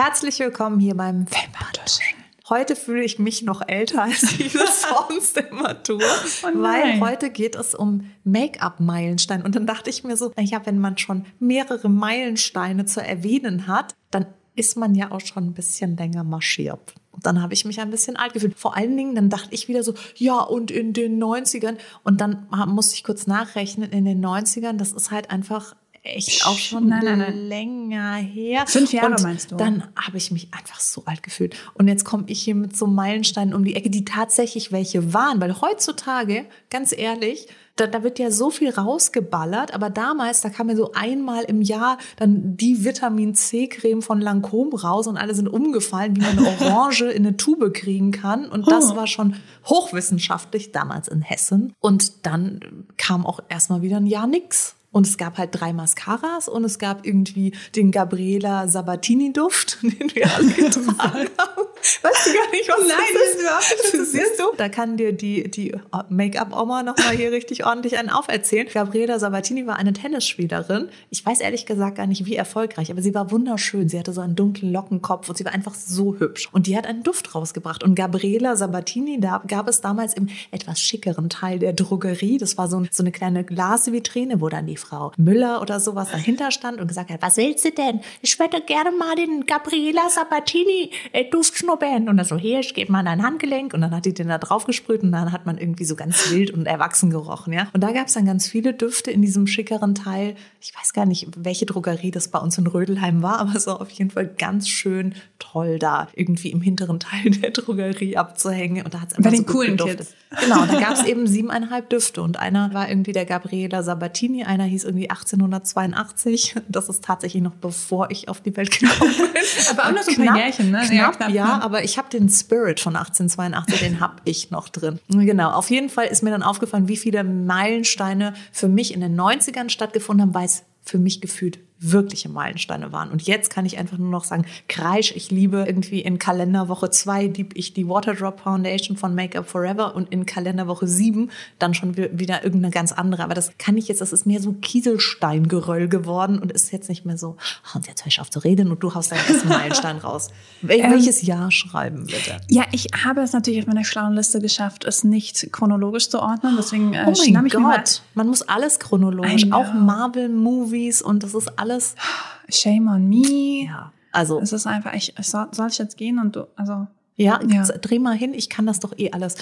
Herzlich willkommen hier beim Wimperntuscheln. Heute fühle ich mich noch älter, als ich das sonst immer tue, weil heute geht es um Make-up-Meilensteine. Und dann dachte ich mir so, naja, wenn man schon mehrere Meilensteine zu erwähnen hat, dann ist man ja auch schon ein bisschen länger marschiert. Und dann habe ich mich ein bisschen alt gefühlt. Vor allen Dingen, dann dachte ich wieder so, ja, und in den 90ern. Und dann musste ich kurz nachrechnen, in den 90ern, das ist halt einfach echt auch schon länger her. 5 Jahre und meinst du? Dann habe ich mich einfach so alt gefühlt. Und jetzt komme ich hier mit so Meilensteinen um die Ecke, die tatsächlich welche waren. Weil heutzutage, ganz ehrlich, da wird ja so viel rausgeballert. Aber damals, da kam ja so einmal im Jahr dann die Vitamin-C-Creme von Lancôme raus und alle sind umgefallen, wie man eine Orange in eine Tube kriegen kann. Und das war schon hochwissenschaftlich, damals in Hessen. Und dann kam auch erstmal wieder ein Jahr nix. Und es gab halt 3 Mascaras und es gab irgendwie den Gabriela Sabatini-Duft, den wir alle getragen haben. Weißt du gar nicht, was das ist? Siehst du? Da kann dir die Make-up-Oma nochmal hier richtig ordentlich einen auferzählen. Gabriela Sabatini war eine Tennisspielerin. Ich weiß ehrlich gesagt gar nicht, wie erfolgreich, aber sie war wunderschön. Sie hatte so einen dunklen Lockenkopf und sie war einfach so hübsch. Und die hat einen Duft rausgebracht. Und Gabriela Sabatini, da gab es damals im etwas schickeren Teil der Drogerie, das war so eine kleine Glasvitrine, wo dann die Frau Müller oder sowas dahinter stand und gesagt hat, was willst du denn? Ich würde gerne mal den Gabriela Sabatini Duft schnuppern. Und dann so, hier, ich gebe mal dein Handgelenk. Und dann hat die den da drauf gesprüht und dann hat man irgendwie so ganz wild und erwachsen gerochen. Ja? Und da gab es dann ganz viele Düfte in diesem schickeren Teil. Ich weiß gar nicht, welche Drogerie das bei uns in Rödelheim war, aber es war auf jeden Fall ganz schön toll, da irgendwie im hinteren Teil der Drogerie abzuhängen. Und da hat es bei den coolen Kids. Genau, und da gab es eben 7,5 Düfte. Und einer war irgendwie der Gabriela Sabatini, einer hieß irgendwie 1882. Das ist tatsächlich noch bevor ich auf die Welt gekommen bin. Aber auch noch so ein paar Jährchen, ne? Knapp, ja, aber ich habe den Spirit von 1882, den habe ich noch drin. Genau, auf jeden Fall ist mir dann aufgefallen, wie viele Meilensteine für mich in den 90ern stattgefunden haben, weil es für mich gefühlt wirkliche Meilensteine waren. Und jetzt kann ich einfach nur noch sagen, Kreisch, ich liebe irgendwie in Kalenderwoche 2 liebe ich die Waterdrop Foundation von Make Up Forever und in Kalenderwoche 7 dann schon wieder irgendeine ganz andere. Aber das kann ich jetzt, das ist mehr so Kieselsteingeröll geworden und ist jetzt nicht mehr so, und jetzt hör ich auf zu reden und du haust deinen ersten Meilenstein raus. Welches Jahr schreiben bitte? Ja, ich habe es natürlich auf meiner schlauen Liste geschafft, es nicht chronologisch zu ordnen. Deswegen oh mein Gott, man muss alles chronologisch, auch Marvel-Movies und das ist alles. Shame on me. Ja, also. Es ist einfach, soll ich jetzt gehen und du, also. Ja, dreh mal hin, ich kann das doch eh alles.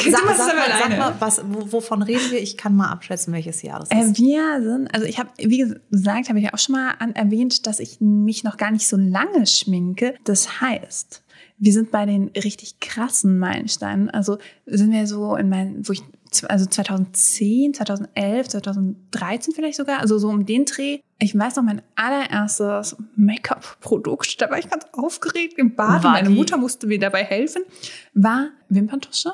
Sag mal, wovon reden wir? Ich kann mal abschätzen, welches Jahr das ist. Wir sind, also ich habe, wie gesagt, habe ich ja auch schon mal erwähnt, dass ich mich noch gar nicht so lange schminke. Das heißt, wir sind bei den richtig krassen Meilensteinen. Also sind wir so also 2010, 2011, 2013 vielleicht sogar, also so um den Dreh. Ich weiß noch, mein allererstes Make-up-Produkt, da war ich ganz aufgeregt im Bad und meine Mutter musste mir dabei helfen, war Wimperntusche.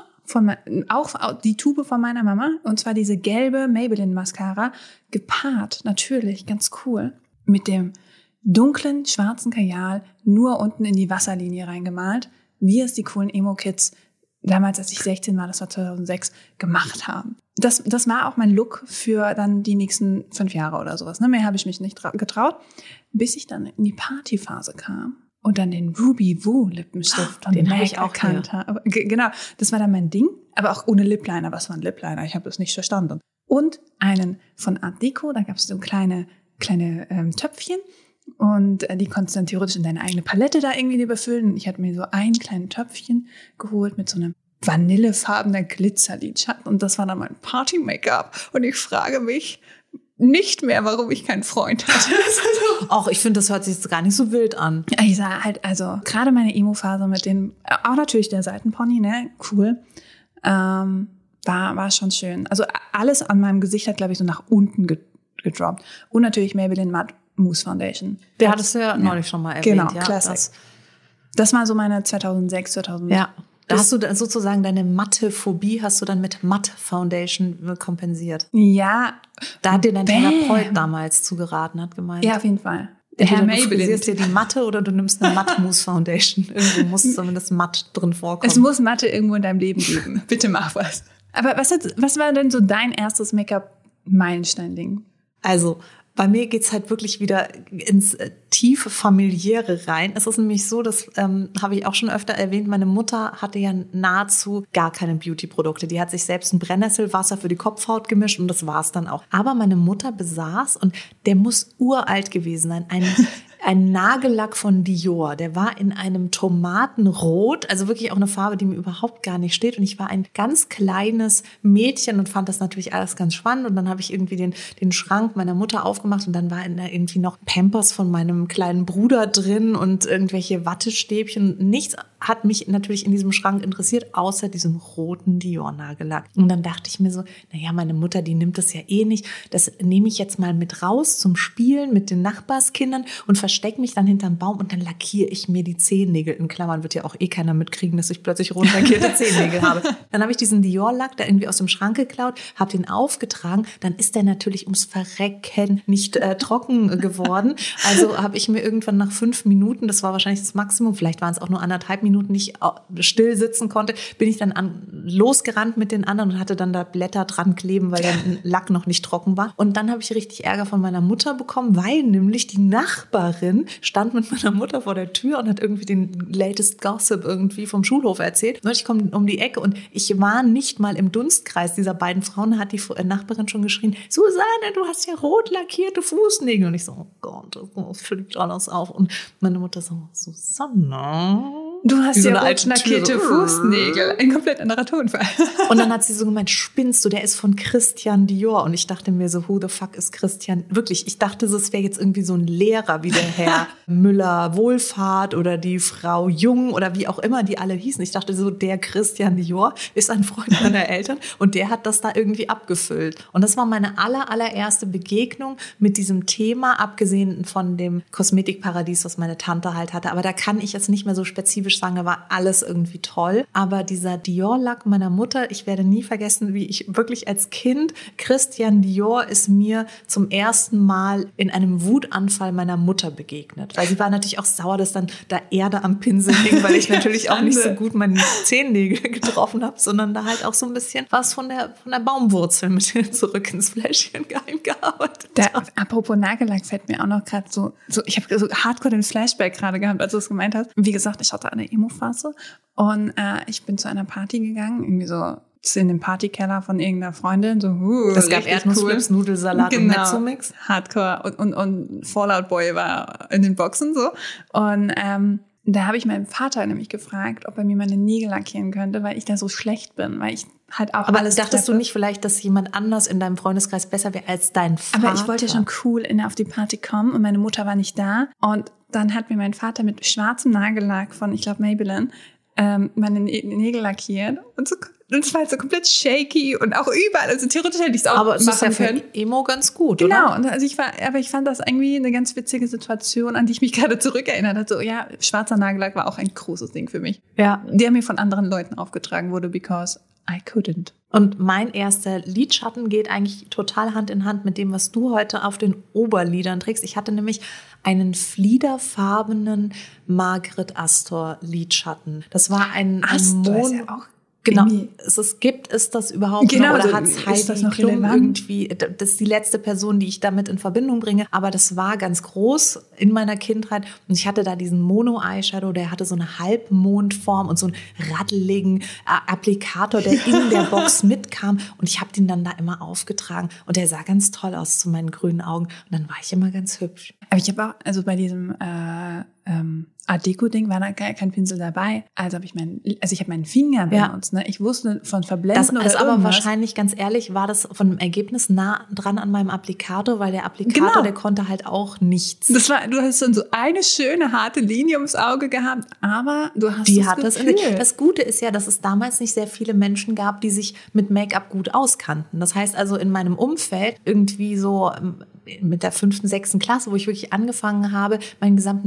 Auch die Tube von meiner Mama. Und zwar diese gelbe Maybelline-Mascara, gepaart, natürlich, ganz cool, mit dem dunklen, schwarzen Kajal nur unten in die Wasserlinie reingemalt, wie es die coolen Emo-Kids damals, als ich 16 war, das war 2006, gemacht haben. Das war auch mein Look für dann die nächsten 5 Jahre oder sowas. Mehr habe ich mich nicht getraut, bis ich dann in die Partyphase kam und dann den Ruby Woo Lippenstift von den MAC habe ich auch erkannt habe. Genau, das war dann mein Ding, aber auch ohne Lip Liner. Was war ein Lip Liner? Ich habe das nicht verstanden. Und einen von Art Deco, da gab es so kleine Töpfchen. Und die konntest du dann theoretisch in deine eigene Palette da irgendwie befüllen. Ich hatte mir so ein kleines Töpfchen geholt mit so einem vanillefarbener Glitzerlidschatten. Und das war dann mein Party-Make-up. Und ich frage mich nicht mehr, warum ich keinen Freund hatte. Auch ich finde, das hört sich jetzt gar nicht so wild an. Ich sah halt, also gerade meine Emo-Phase mit dem, auch natürlich der Seitenpony, ne, cool, war schon schön. Also alles an meinem Gesicht hat, glaube ich, so nach unten gedroppt. Und natürlich Maybelline Matte Mousse Foundation. Der hattest du ja neulich schon mal erwähnt. Genau, ja, Classic. Das war so meine 2006, 2000. Ja, da hast du sozusagen deine Matte-Phobie hast du dann mit Matte Foundation kompensiert. Ja. Da hat dir dein Therapeut damals zugeraten, hat gemeint. Ja, auf jeden Fall. Der Herr Maybelline. Du frisierst dir die Matte oder du nimmst eine Matte Mousse Foundation. Irgendwo muss zumindest Matte drin vorkommen. Es muss Matte irgendwo in deinem Leben geben. Bitte mach was. Aber was war denn so dein erstes Make-up-Meilenstein-Ding? Also, Bei mir geht's halt wirklich wieder ins tiefe Familiäre rein. Es ist nämlich so, das habe ich auch schon öfter erwähnt, meine Mutter hatte ja nahezu gar keine Beauty-Produkte. Die hat sich selbst ein Brennnesselwasser für die Kopfhaut gemischt und das war's dann auch. Aber meine Mutter besaß, und der muss uralt gewesen sein, ein Nagellack von Dior. Der war in einem Tomatenrot, also wirklich auch eine Farbe, die mir überhaupt gar nicht steht. Und ich war ein ganz kleines Mädchen und fand das natürlich alles ganz spannend. Und dann habe ich irgendwie den Schrank meiner Mutter aufgemacht und dann war da irgendwie noch Pampers von meinem kleinen Bruder drin und irgendwelche Wattestäbchen. Nichts hat mich natürlich in diesem Schrank interessiert, außer diesem roten Dior-Nagellack. Und dann dachte ich mir so, naja, meine Mutter, die nimmt das ja eh nicht. Das nehme ich jetzt mal mit raus zum Spielen mit den Nachbarskindern und verstecke mich dann hinterm Baum und dann lackiere ich mir die Zehennägel. In Klammern wird ja auch eh keiner mitkriegen, dass ich plötzlich rot lackierte Zehennägel habe. Dann habe ich diesen Dior-Lack da irgendwie aus dem Schrank geklaut, habe den aufgetragen. Dann ist der natürlich ums Verrecken nicht trocken geworden. Also habe ich mir irgendwann nach 5 Minuten, das war wahrscheinlich das Maximum, vielleicht waren es auch nur 1,5 Minuten, nicht still sitzen konnte, bin ich dann losgerannt mit den anderen und hatte dann da Blätter dran kleben, weil der Lack noch nicht trocken war. Und dann habe ich richtig Ärger von meiner Mutter bekommen, weil nämlich die Nachbarin stand mit meiner Mutter vor der Tür und hat irgendwie den latest Gossip irgendwie vom Schulhof erzählt. Und ich komme um die Ecke und ich war nicht mal im Dunstkreis dieser beiden Frauen, hat die Nachbarin schon geschrien, Susanne, du hast ja rot lackierte Fußnägel. Und ich so, oh Gott, das fliegt alles auf. Und meine Mutter so, Susanne, du hast so ja rot lackierte Fußnägel. Ein komplett anderer Tonfall. Und dann hat sie so gemeint, spinnst du, der ist von Christian Dior. Und ich dachte mir so, who the fuck ist Christian? Wirklich, ich dachte, es wäre jetzt irgendwie so ein Lehrer wie der Herr Müller-Wohlfahrt oder die Frau Jung oder wie auch immer die alle hießen. Ich dachte so, der Christian Dior ist ein Freund meiner Eltern und der hat das da irgendwie abgefüllt. Und das war meine allererste Begegnung mit diesem Thema, abgesehen von dem Kosmetikparadies, was meine Tante halt hatte. Aber da kann ich jetzt nicht mehr so spezifisch sagen, da war alles irgendwie toll. Aber dieser Dior-Lack meiner Mutter, ich werde nie vergessen, wie ich wirklich als Kind, Christian Dior ist mir zum ersten Mal in einem Wutanfall meiner Mutter begegnet. Weil sie war natürlich auch sauer, dass dann da Erde am Pinsel hing, weil ich natürlich auch nicht so gut meine Zehennägel getroffen habe, sondern da halt auch so ein bisschen was von der Baumwurzel mit zurück ins Fläschchen gearbeitet. Apropos Nagellack fällt mir auch noch gerade so, ich habe so hardcore den Flashback gerade gehabt, als du es gemeint hast. Wie gesagt, ich hatte eine Emo-Phase und ich bin zu einer Party gegangen, irgendwie so in den Partykeller von irgendeiner Freundin. So, es gab Erdnussflips, cool. Nudelsalat und Mezzomix. Hardcore und Fallout Boy war in den Boxen so. Und da habe ich meinen Vater nämlich gefragt, ob er mir meine Nägel lackieren könnte, weil ich da so schlecht bin, weil ich halt auch aber alles dachtest du nicht vielleicht, dass jemand anders in deinem Freundeskreis besser wäre als dein Vater? Aber ich wollte ja schon cool auf die Party kommen und meine Mutter war nicht da. Und dann hat mir mein Vater mit schwarzem Nagellack von, ich glaube, Maybelline, meine Nägel lackiert. Und es war halt so komplett shaky und auch überall. Also theoretisch hätte ich es auch aber es machen ist ja können. Für Emo ganz gut, genau. oder? Und also ich fand das irgendwie eine ganz witzige Situation, an die ich mich gerade zurückerinnert hatte. So, ja, schwarzer Nagellack war auch ein großes Ding für mich. Ja. Der mir von anderen Leuten aufgetragen wurde, because I couldn't. Und mein erster Lidschatten geht eigentlich total Hand in Hand mit dem, was du heute auf den Oberlidern trägst. Ich hatte nämlich einen fliederfarbenen Margret Astor Lidschatten. Das war ein ist ja auch genau, gibt es das überhaupt noch? Oder hat es Heidi Klum irgendwie, das ist die letzte Person, die ich damit in Verbindung bringe, aber das war ganz groß in meiner Kindheit und ich hatte da diesen Mono-Eyeshadow, der hatte so eine Halbmondform und so einen raddeligen Applikator, der in der Box mitkam und ich habe den dann da immer aufgetragen und der sah ganz toll aus zu meinen grünen Augen und dann war ich immer ganz hübsch. Aber ich habe auch, also bei diesem Art Deco-Ding war da kein Pinsel dabei. Also habe ich meinen Finger benutzt. Ne? Ich wusste von Verblenden oder das irgendwas. Aber wahrscheinlich, ganz ehrlich, war das von dem Ergebnis nah dran an meinem Applikator, weil der Applikator, der konnte halt auch nichts. Du hast dann so eine schöne, harte Linie ums Auge gehabt, aber du hast das Gefühl. Das Gute ist ja, dass es damals nicht sehr viele Menschen gab, die sich mit Make-up gut auskannten. Das heißt also in meinem Umfeld irgendwie so mit der 5., 6. Klasse, wo ich wirklich angefangen habe, meinen gesamten Freundeskreis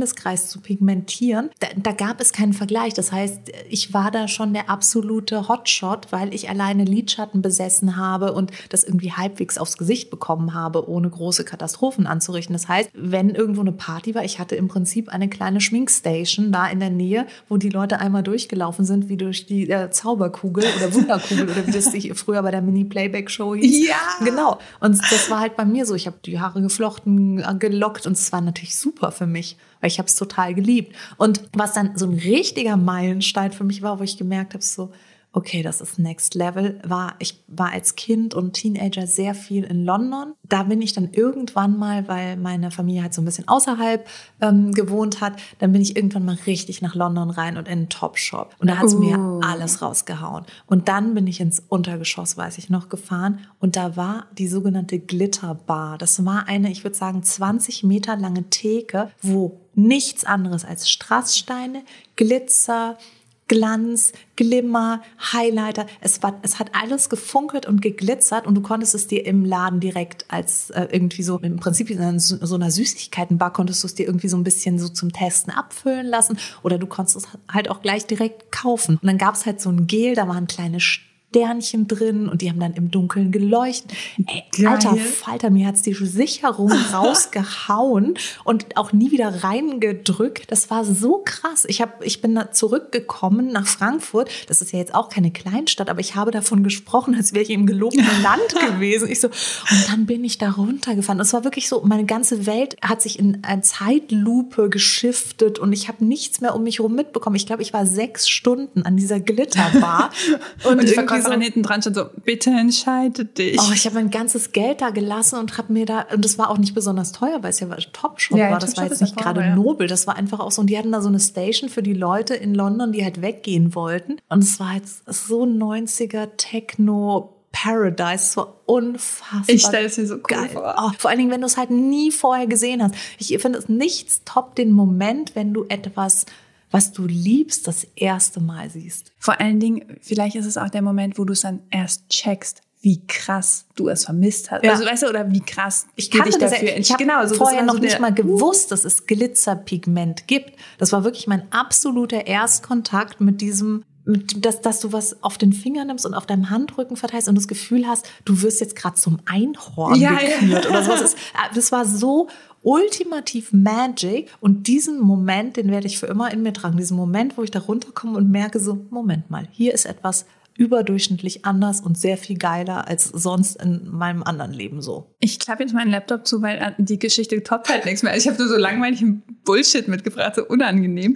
Freundeskreis zu pigmentieren, da gab es keinen Vergleich. Das heißt, ich war da schon der absolute Hotshot, weil ich alleine Lidschatten besessen habe und das irgendwie halbwegs aufs Gesicht bekommen habe, ohne große Katastrophen anzurichten. Das heißt, wenn irgendwo eine Party war, ich hatte im Prinzip eine kleine Schminkstation da in der Nähe, wo die Leute einmal durchgelaufen sind, wie durch die Zauberkugel oder Wunderkugel oder wie das früher bei der Mini-Playback-Show hieß. Ja! Genau. Und das war halt bei mir so. Ich habe die Haare geflochten, gelockt und es war natürlich super für mich, weil ich habe es total geliebt. Und was dann so ein richtiger Meilenstein für mich war, wo ich gemerkt habe, so, okay, das ist Next Level, ich war als Kind und Teenager sehr viel in London. Da bin ich dann irgendwann mal, weil meine Familie halt so ein bisschen außerhalb gewohnt hat, dann bin ich irgendwann mal richtig nach London rein und in einen Topshop. Und da hat es mir alles rausgehauen. Und dann bin ich ins Untergeschoss, weiß ich noch, gefahren. Und da war die sogenannte Glitterbar. Das war eine, ich würde sagen, 20 Meter lange Theke, wo nichts anderes als Strasssteine, Glitzer, Glanz, Glimmer, Highlighter. Es hat alles gefunkelt und geglitzert und du konntest es dir im Laden direkt als irgendwie so, im Prinzip in so einer Süßigkeitenbar konntest du es dir irgendwie so ein bisschen so zum Testen abfüllen lassen oder du konntest es halt auch gleich direkt kaufen. Und dann gab es halt so ein Gel, da waren kleine Sternchen drin und die haben dann im Dunkeln geleuchtet. Ey, alter Falter, mir hat's die Sicherung rausgehauen und auch nie wieder reingedrückt. Das war so krass. Ich bin da zurückgekommen nach Frankfurt. Das ist ja jetzt auch keine Kleinstadt, aber ich habe davon gesprochen, als wäre ich im gelobten Land gewesen. Und dann bin ich da runtergefahren. Es war wirklich so, meine ganze Welt hat sich in eine Zeitlupe geschiftet und ich habe nichts mehr um mich herum mitbekommen. Ich glaube, ich war 6 Stunden an dieser Glitterbar und die Verkäuferin hinten dran stand so, bitte entscheide dich. Oh, ich habe mein ganzes Geld da gelassen und habe mir und das war auch nicht besonders teuer, weil es ja Topshop war. Das war jetzt nicht gerade nobel. Das war einfach auch so, und die hatten da so eine Station für die Leute in London, die halt weggehen wollten. Und es war jetzt so 90er Techno Paradise, es war unfassbar. Ich stelle es mir so cool vor. Oh, vor allen Dingen, wenn du es halt nie vorher gesehen hast. Ich finde, nichts toppt den Moment, wenn du etwas, was du liebst, das erste Mal siehst. Vor allen Dingen, vielleicht ist es auch der Moment, wo du es dann erst checkst, wie krass du es vermisst hast. Ja. Also, weißt du, oder wie krass ich kannte dich das dafür Ich habe vorher noch nicht mal gewusst, dass es Glitzerpigment gibt. Das war wirklich mein absoluter Erstkontakt mit diesem, dass du was auf den Finger nimmst und auf deinem Handrücken verteilst und das Gefühl hast, du wirst jetzt gerade zum Einhorn gekürt oder sowas. Das war so ultimativ Magic und diesen Moment, den werde ich für immer in mir tragen. Diesen Moment, wo ich da runterkomme und merke so, Moment mal, hier ist etwas überdurchschnittlich anders und sehr viel geiler als sonst in meinem anderen Leben so. Ich klappe jetzt meinen Laptop zu, weil die Geschichte toppt halt nichts mehr. Ich habe nur so langweiligen Bullshit mitgebracht, so unangenehm.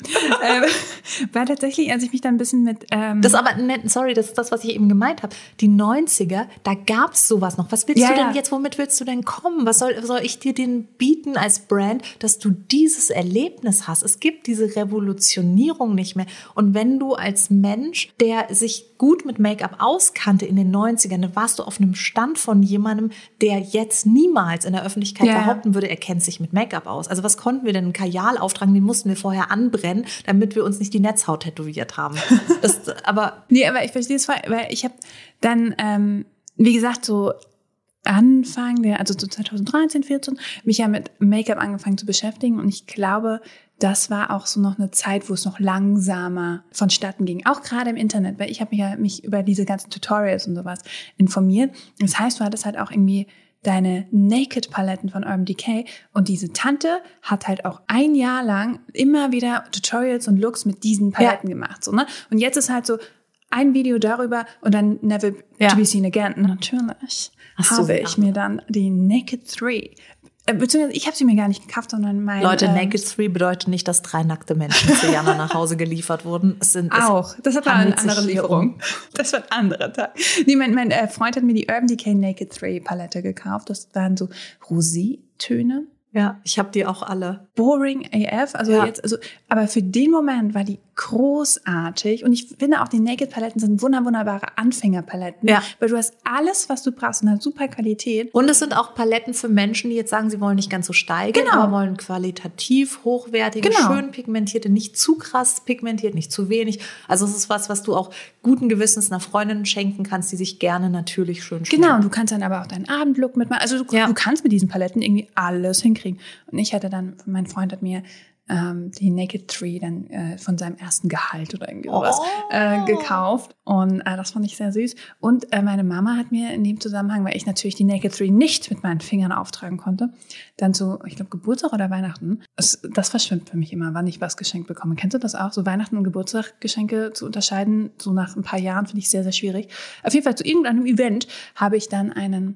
Weil tatsächlich, als ich mich dann ein bisschen mit... Das aber, sorry, das ist das, was ich eben gemeint habe. Die 90er, da gab es sowas noch. Was willst du denn jetzt, womit willst du denn kommen? Was soll ich dir denn bieten als Brand, dass du dieses Erlebnis hast? Es gibt diese Revolutionierung nicht mehr. Und wenn du als Mensch, der sich gut mit Make-up auskannte in den 90ern, dann warst du auf einem Stand von jemandem, der jetzt niemals in der Öffentlichkeit behaupten würde, er kennt sich mit Make-up aus. Also was konnten wir denn? Einen Kajal auftragen, den mussten wir vorher anbrennen, damit wir uns nicht die Netzhaut tätowiert haben. Aber ich verstehe es voll, weil ich habe dann, wie gesagt, so Anfang also so 2013, 14, mich ja mit Make-up angefangen zu beschäftigen und ich glaube, das war auch so noch eine Zeit, wo es noch langsamer vonstatten ging. Auch gerade im Internet, weil ich habe mich über diese ganzen Tutorials und sowas informiert. Das heißt, du hattest halt auch irgendwie deine Naked-Paletten von Urban Decay und diese Tante hat halt auch 1 Jahr lang immer wieder Tutorials und Looks mit diesen Paletten gemacht. So, ne? Und jetzt ist halt so ein Video darüber und dann Never to be seen again. Natürlich habe ich mir dann die Naked 3, beziehungsweise ich habe sie mir gar nicht gekauft, sondern Leute, Naked 3 bedeutet nicht, dass 3 nackte Menschen zu Jana nach Hause geliefert wurden. Das war eine andere Lieferung. Das war ein anderer Tag. Nee, mein Freund hat mir die Urban Decay Naked 3 Palette gekauft. Das waren so Rosé-Töne. Ja, ich habe die auch alle. Boring AF, aber für den Moment war die großartig und ich finde auch, die Naked-Paletten sind wunderbare Anfängerpaletten, weil du hast alles, was du brauchst und hat super Qualität. Und es sind auch Paletten für Menschen, die jetzt sagen, sie wollen nicht ganz so steigern, aber wollen qualitativ hochwertige, schön pigmentierte, nicht zu krass pigmentiert, nicht zu wenig. Also es ist was du auch guten Gewissens einer Freundin schenken kannst, die sich gerne natürlich schön schminkt. Genau, und du kannst dann aber auch deinen Abendlook mitmachen. Also du kannst mit diesen Paletten irgendwie alles hinkriegen. Und mein Freund hat mir die Naked Tree dann von seinem ersten Gehalt oder irgendwie sowas gekauft. Und das fand ich sehr süß. Und meine Mama hat mir in dem Zusammenhang, weil ich natürlich die Naked Tree nicht mit meinen Fingern auftragen konnte, dann so, ich glaube, Geburtstag oder Weihnachten, das verschwimmt für mich immer, wann ich was geschenkt bekomme. Kennst du das auch? So Weihnachten und Geburtstag Geschenke zu unterscheiden, so nach ein paar Jahren, finde ich sehr, sehr schwierig. Auf jeden Fall zu irgendeinem Event habe ich dann ein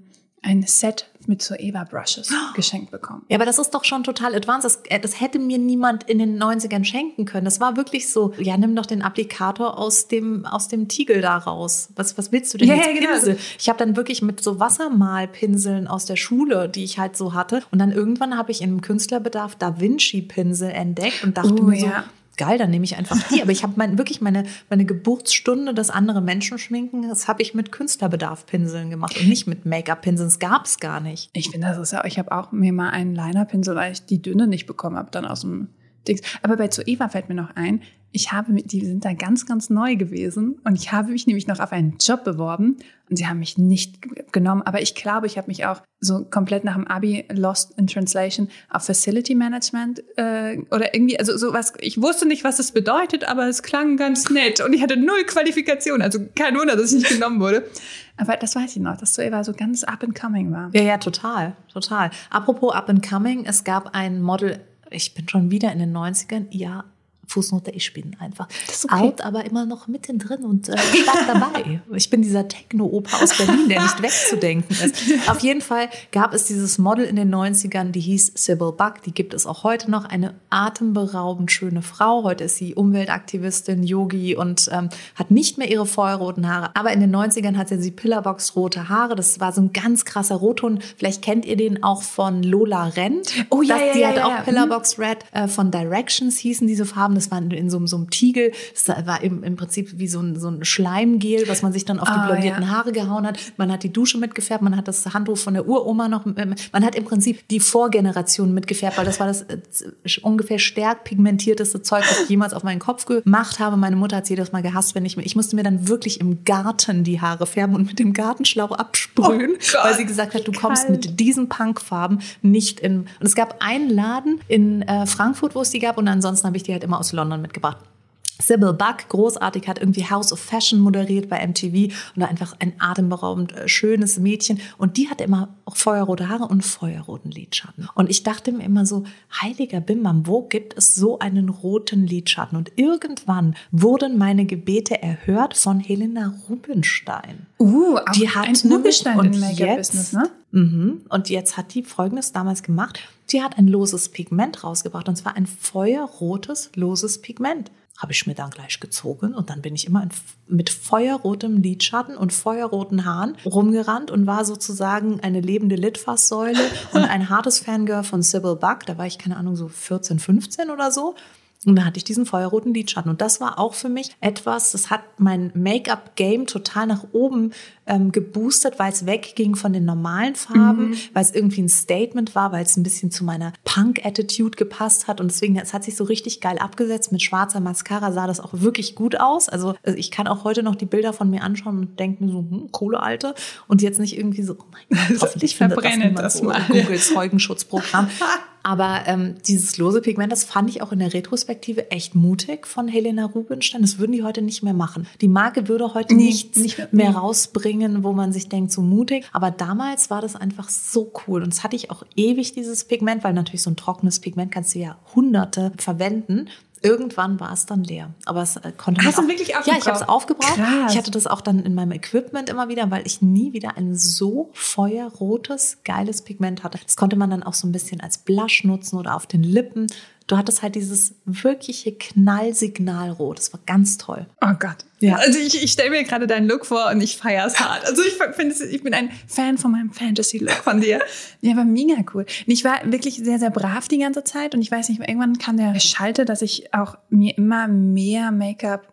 Set mit so Eva-Brushes geschenkt bekommen. Ja, aber das ist doch schon total advanced. Das hätte mir niemand in den 90ern schenken können. Das war wirklich so, ja, nimm doch den Applikator aus dem Tiegel da raus. Was willst du denn jetzt? Genau. Pinsel? Ich habe dann wirklich mit so Wassermalpinseln aus der Schule, die ich halt so hatte. Und dann irgendwann habe ich im Künstlerbedarf Da Vinci-Pinsel entdeckt und dachte mir so, geil, dann nehme ich einfach die. Aber ich habe wirklich meine Geburtsstunde, dass andere Menschen schminken, das habe ich mit Künstlerbedarf-Pinseln gemacht und nicht mit Make-up-Pinseln. Das gab es gar nicht. Ich finde, das ist ja, ich habe auch mir mal einen Liner-Pinsel, weil ich die Dünne nicht bekommen habe, dann aus dem Dings. Aber bei Zoeva fällt mir noch ein, die sind da ganz, ganz neu gewesen und ich habe mich nämlich noch auf einen Job beworben und sie haben mich nicht genommen. Aber ich glaube, ich habe mich auch so komplett nach dem Abi lost in translation auf Facility Management oder irgendwie, also sowas. Ich wusste nicht, was es bedeutet, aber es klang ganz nett und ich hatte 0 Qualifikation. Also kein Wunder, dass ich nicht genommen wurde. Aber das weiß ich noch, dass Zoeva so ganz up and coming war. Ja, total. Apropos up and coming, es gab ein Model, ich bin schon wieder in den 90ern, ja, Fußnote, ich bin einfach out, aber immer noch mittendrin und stark dabei. Ich bin dieser Techno-Opa aus Berlin, der nicht wegzudenken ist. Auf jeden Fall gab es dieses Model in den 90ern, die hieß Sybil Buck, die gibt es auch heute noch, eine atemberaubend schöne Frau. Heute ist sie Umweltaktivistin, Yogi und hat nicht mehr ihre feuerroten Haare. Aber in den 90ern hatte sie Pillarbox-rote Haare. Das war so ein ganz krasser Rotton. Vielleicht kennt ihr den auch von Lola Rent. Oh ja, die hat auch Pillarbox Red. Von Directions hießen diese Farben. Das war in so einem Tiegel. Das war im Prinzip wie so ein Schleimgel, was man sich dann auf die blondierten Haare gehauen hat. Man hat die Dusche mitgefärbt, man hat das Handtuch von der Uroma noch, man hat im Prinzip die Vorgeneration mitgefärbt, weil das war das ungefähr stärk pigmentierteste Zeug, was ich jemals auf meinen Kopf gemacht habe. Meine Mutter hat es jedes Mal gehasst, ich musste mir dann wirklich im Garten die Haare färben und mit dem Gartenschlauch absprühen, weil sie gesagt hat, du kommst mit diesen Punkfarben nicht in. Und es gab einen Laden in Frankfurt, wo es die gab, und ansonsten habe ich die halt immer aus London mitgebracht. Sybil Buck, großartig, hat irgendwie House of Fashion moderiert bei MTV und war einfach ein atemberaubend schönes Mädchen. Und die hatte immer auch feuerrote Haare und feuerroten Lidschatten. Und ich dachte mir immer so, heiliger Bimbam, wo gibt es so einen roten Lidschatten? Und irgendwann wurden meine Gebete erhört von Helena Rubinstein. Die hat ein Urgestein im Make-up-Business, ne? Und jetzt hat die Folgendes damals gemacht. Sie hat ein loses Pigment rausgebracht, und zwar ein feuerrotes, loses Pigment. Habe ich mir dann gleich gezogen und dann bin ich immer mit feuerrotem Lidschatten und feuerroten Haaren rumgerannt und war sozusagen eine lebende Litfaßsäule und ein hartes Fangirl von Sybil Buck. Da war ich, keine Ahnung, so 14, 15 oder so. Und da hatte ich diesen feuerroten Lidschatten. Und das war auch für mich etwas, das hat mein Make-up-Game total nach oben geboostet, weil es wegging von den normalen Farben, weil es irgendwie ein Statement war, weil es ein bisschen zu meiner Punk-Attitude gepasst hat. Und deswegen, es hat sich so richtig geil abgesetzt. Mit schwarzer Mascara sah das auch wirklich gut aus. Also ich kann auch heute noch die Bilder von mir anschauen und denke mir so, coole Alte. Und jetzt nicht irgendwie so, oh mein Gott, hoffentlich findet das niemand so Googles Zeugenschutzprogramm. Aber dieses lose Pigment, das fand ich auch in der Retrospektive echt mutig von Helena Rubinstein. Das würden die heute nicht mehr machen. Die Marke würde heute nichts mehr rausbringen, wo man sich denkt, so mutig. Aber damals war das einfach so cool. Und das hatte ich auch ewig, dieses Pigment, weil natürlich so ein trockenes Pigment kannst du ja Hunderte verwenden. Irgendwann war es dann leer. Aber es konnte man. Hast du wirklich aufgebraucht? Ja, ich habe es aufgebraucht. Krass. Ich hatte das auch dann in meinem Equipment immer wieder, weil ich nie wieder ein so feuerrotes, geiles Pigment hatte. Das konnte man dann auch so ein bisschen als Blush nutzen oder auf den Lippen. Du hattest halt dieses wirkliche Knallsignalrot. Das war ganz toll. Oh Gott. Ja. Also ich stelle mir gerade deinen Look vor und ich feiere es hart. Also ich bin ein Fan von meinem Fantasy-Look von dir. Ja, war mega cool. Und ich war wirklich sehr, sehr brav die ganze Zeit. Und ich weiß nicht, irgendwann kam der Schalter, dass ich auch mir immer mehr Make-up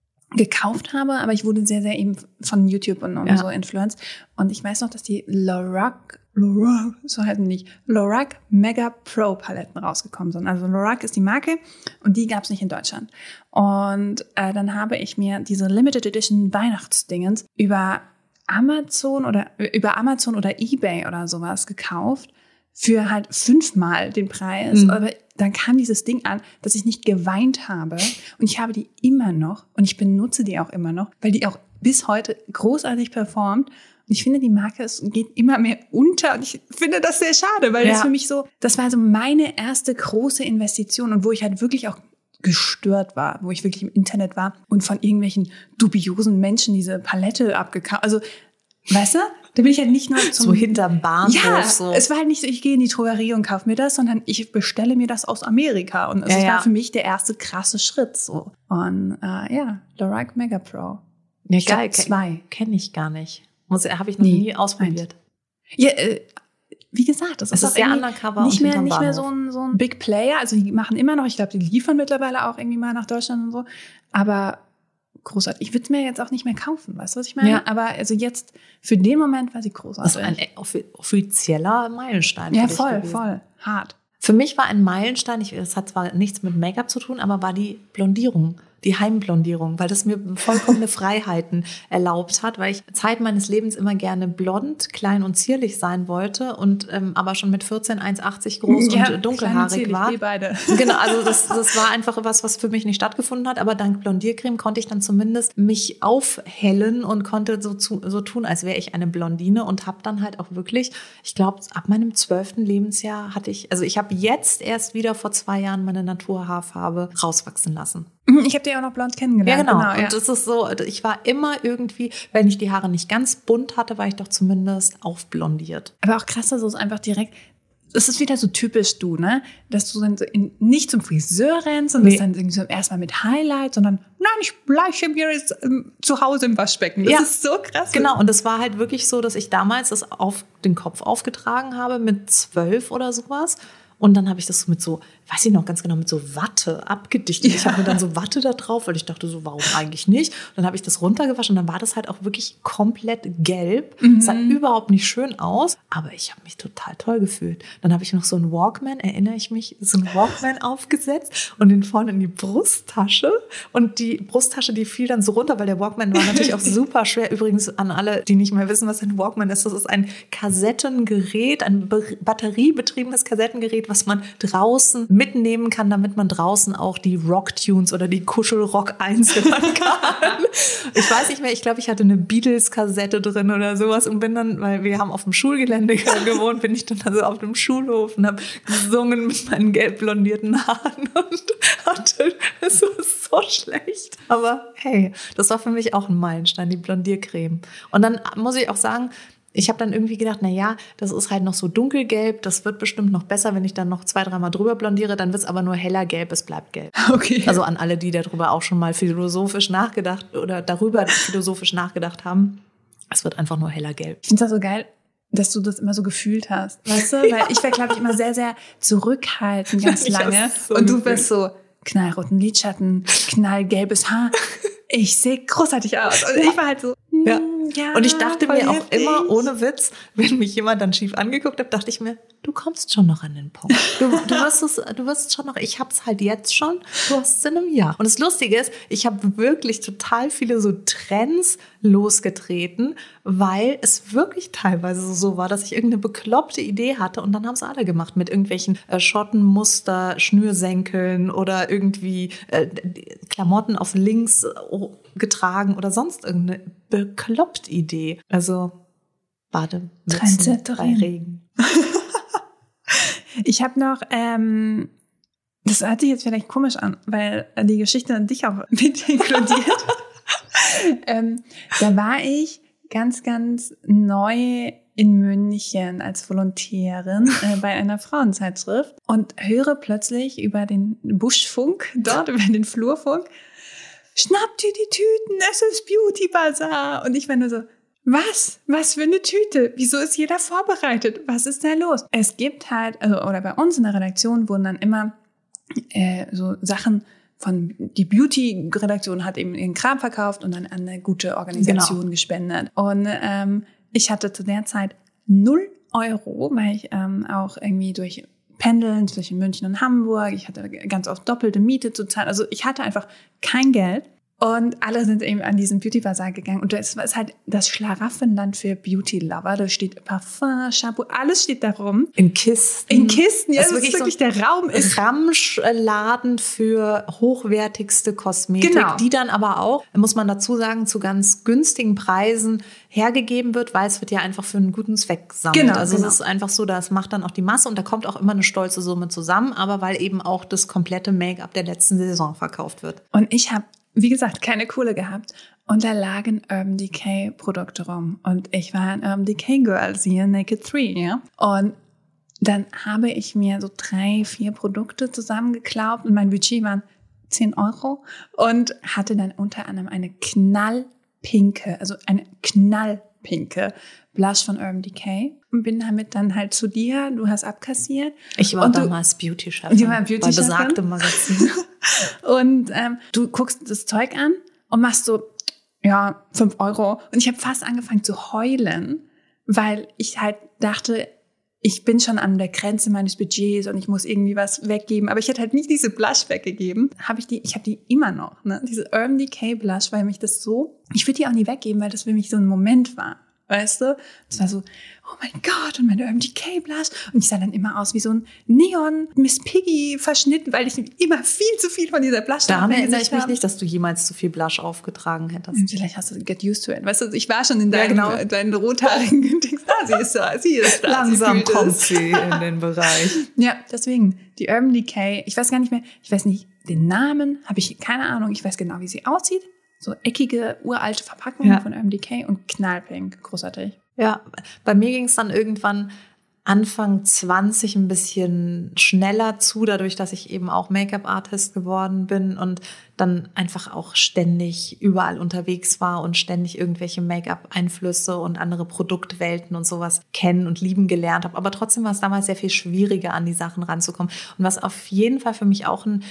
gekauft habe. Aber ich wurde sehr, sehr eben von YouTube und so influenced. Und ich weiß noch, dass die Lorac, so heißen die, Lorac Mega Pro Paletten rausgekommen sind. Also Lorac ist die Marke und die gab es nicht in Deutschland. Und dann habe ich mir diese Limited Edition Weihnachtsdingens über Amazon oder eBay oder sowas gekauft für halt 5-mal den Preis. Aber dann kam dieses Ding an, dass ich nicht geweint habe. Und ich habe die immer noch und ich benutze die auch immer noch, weil die auch bis heute großartig performt. Und ich finde, die Marke geht immer mehr unter und ich finde das sehr schade, weil das für mich so, das war so meine erste große Investition und wo ich halt wirklich auch gestört war, wo ich wirklich im Internet war und von irgendwelchen dubiosen Menschen diese Palette abgekauft. Also, weißt du, da bin ich halt nicht nur so hinterm Bahnhof. Ja, so. Es war halt nicht so, ich gehe in die Drogerie und kaufe mir das, sondern ich bestelle mir das aus Amerika. Und es war für mich der erste krasse Schritt. So. Und Lorac Mega Pro. Ja, geil. 2. Kenne ich gar nicht. Habe ich noch nie ausprobiert. Ja, wie gesagt, das ist auch sehr undercover nicht mehr so ein Big Player. Also die machen immer noch, ich glaube, die liefern mittlerweile auch irgendwie mal nach Deutschland und so. Aber großartig. Ich würde es mir jetzt auch nicht mehr kaufen, weißt du, was ich meine? Ja. Aber also jetzt, für den Moment war sie großartig. Das ist ein offizieller Meilenstein. Ja, voll, hart. Für mich war ein Meilenstein, es hat zwar nichts mit Make-up zu tun, aber war die Blondierung. Die Heimblondierung, weil das mir vollkommene Freiheiten erlaubt hat, weil ich Zeit meines Lebens immer gerne blond, klein und zierlich sein wollte und aber schon mit 14 1,80 groß und dunkelhaarig war. Wir beide. Genau, also das war einfach was für mich nicht stattgefunden hat, aber dank Blondiercreme konnte ich dann zumindest mich aufhellen und konnte so tun, als wäre ich eine Blondine und habe dann halt auch wirklich, ich glaube, ab meinem 12. Lebensjahr ich habe jetzt erst wieder vor 2 Jahren meine Naturhaarfarbe rauswachsen lassen. Ich habe die auch noch blond kennengelernt. Ja, genau. Und das ist so, ich war immer irgendwie, wenn ich die Haare nicht ganz bunt hatte, war ich doch zumindest aufblondiert. Aber auch krass, dass du es einfach direkt, das ist wieder so typisch du, ne? Dass du dann so nicht zum Friseur rennst und das dann irgendwie so erstmal mit Highlight, sondern nein, ich bleiche mir jetzt zu Hause im Waschbecken. Das ist so krass. Genau, und es war halt wirklich so, dass ich damals das auf den Kopf aufgetragen habe mit 12 oder sowas. Und dann habe ich das mit so, weiß ich noch ganz genau, mit so Watte abgedichtet. Ich habe mir dann so Watte da drauf, weil ich dachte so, warum eigentlich nicht? Und dann habe ich das runtergewaschen und dann war das halt auch wirklich komplett gelb. Sah überhaupt nicht schön aus, aber ich habe mich total toll gefühlt. Dann habe ich noch so einen Walkman, erinnere ich mich, so einen Walkman aufgesetzt und den vorne in die Brusttasche. Und die Brusttasche, die fiel dann so runter, weil der Walkman war natürlich auch super schwer. Übrigens an alle, die nicht mehr wissen, was ein Walkman ist, das ist ein Kassettengerät, ein batteriebetriebenes Kassettengerät, was man draußen mitnehmen kann, damit man draußen auch die Rocktunes oder die Kuschelrock einzeln kann. Ich weiß nicht mehr, ich glaube, ich hatte eine Beatles-Kassette drin oder sowas und bin dann, weil wir haben auf dem Schulgelände gewohnt, bin ich dann also auf dem Schulhof und habe gesungen mit meinen gelb blondierten Haaren und hatte, es war so schlecht. Aber hey, das war für mich auch ein Meilenstein, die Blondiercreme. Und dann muss ich auch sagen, ich habe dann irgendwie gedacht, das ist halt noch so dunkelgelb, das wird bestimmt noch besser, wenn ich dann noch 2-3 Mal drüber blondiere, dann wird es aber nur heller gelb, es bleibt gelb. Okay. Also an alle, die darüber auch schon mal philosophisch nachgedacht haben, es wird einfach nur heller gelb. Ich finde das so geil, dass du das immer so gefühlt hast, weißt du? Weil ich war, glaube ich, immer sehr, sehr zurückhaltend ganz lange und du bist so knallroten Lidschatten, knallgelbes Haar. Ich sehe großartig aus. Und ich war halt so, ja. Und ich dachte mir auch immer, ohne Witz, wenn mich jemand dann schief angeguckt hat, dachte ich mir, du kommst schon noch an den Punkt. Du wirst schon noch, ich hab's halt jetzt schon, du hast es in einem Jahr. Und das Lustige ist, ich habe wirklich total viele so Trends losgetreten, weil es wirklich teilweise so war, dass ich irgendeine bekloppte Idee hatte und dann haben es alle gemacht mit irgendwelchen Schottenmuster, Schnürsenkeln oder irgendwie Klamotten auf links getragen oder sonst irgendeine bekloppte Idee. Also Bademützen bei Regen. Ich habe noch, das hört sich jetzt vielleicht komisch an, weil die Geschichte an dich auch mit inkludiert. Da war ich ganz, ganz neu in München als Volontärin bei einer Frauenzeitschrift und höre plötzlich über den Buschfunk, dort über den Flurfunk, schnappt ihr die Tüten, es ist Beauty Bazaar. Und ich war nur so, was? Was für eine Tüte? Wieso ist jeder vorbereitet? Was ist da los? Es gibt halt, oder bei uns in der Redaktion wurden dann immer so Sachen von, die Beauty-Redaktion hat eben ihren Kram verkauft und dann an eine gute Organisation gespendet. Und ich hatte zu der Zeit 0 Euro, weil ich auch irgendwie durch Pendeln zwischen München und Hamburg, ich hatte ganz oft doppelte Miete zu zahlen. Also ich hatte einfach kein Geld. Und alle sind eben an diesen Beauty-Bazar gegangen. Und das ist halt das Schlaraffenland für Beauty-Lover. Da steht Parfum, Shampoo, alles steht da rum. In Kisten. In Kisten, ja, das ist wirklich so der Raum ist. Ramschladen für hochwertigste Kosmetik, Genau. Die dann aber auch, muss man dazu sagen, zu ganz günstigen Preisen hergegeben wird, weil es wird ja einfach für einen guten Zweck gesammelt. Genau, also genau. es ist einfach so, das macht dann auch die Masse und da kommt auch immer eine stolze Summe zusammen, aber weil eben auch das komplette Make-up der letzten Saison verkauft wird. Und ich habe, wie gesagt, keine Kohle gehabt. Und da lagen Urban Decay Produkte rum. Und ich war ein Urban Decay Girl, siehe Naked 3, ja. Und dann habe ich mir so 3, 4 Produkte zusammengeklaubt und mein Budget waren 10 € und hatte dann unter anderem eine knallpinke Blush von Urban Decay und bin damit dann halt zu dir, du hast abkassiert. Ich war damals Beauty-Chefin. Die war Beauty-Chefin. Bei besagtem Magazin. Und du guckst das Zeug an und machst so, ja, 5 €. Und ich habe fast angefangen zu heulen, weil ich halt dachte, ich bin schon an der Grenze meines Budgets und ich muss irgendwie was weggeben. Aber ich hätte halt nicht diese Blush weggegeben. Ich habe die immer noch, ne? Diese Urban Decay Blush, weil mich das so, ich würde die auch nie weggeben, weil das für mich so ein Moment war. Weißt du? Das war so, oh mein Gott, und meine Urban Decay Blush. Und ich sah dann immer aus wie so ein Neon Miss Piggy verschnitten, weil ich immer viel zu viel von dieser Blush Daran erinnere ich mich nicht, dass du jemals zu viel Blush aufgetragen hättest. Vielleicht hast du get used to it. Weißt du, ich war schon in deinen rothaarigen Dings. Sie ist da. Langsam kommt sie in den Bereich. Ja, deswegen, die Urban Decay, ich weiß nicht, den Namen, habe ich keine Ahnung. Ich weiß genau, wie sie aussieht. So eckige, uralte Verpackungen von Urban Decay und knallpink. Großartig. Ja, bei mir ging es dann irgendwann Anfang 20 ein bisschen schneller zu, dadurch, dass ich eben auch Make-up-Artist geworden bin und dann einfach auch ständig überall unterwegs war und ständig irgendwelche Make-up-Einflüsse und andere Produktwelten und sowas kennen und lieben gelernt habe. Aber trotzdem war es damals sehr viel schwieriger, an die Sachen ranzukommen. Und was auf jeden Fall für mich auch ein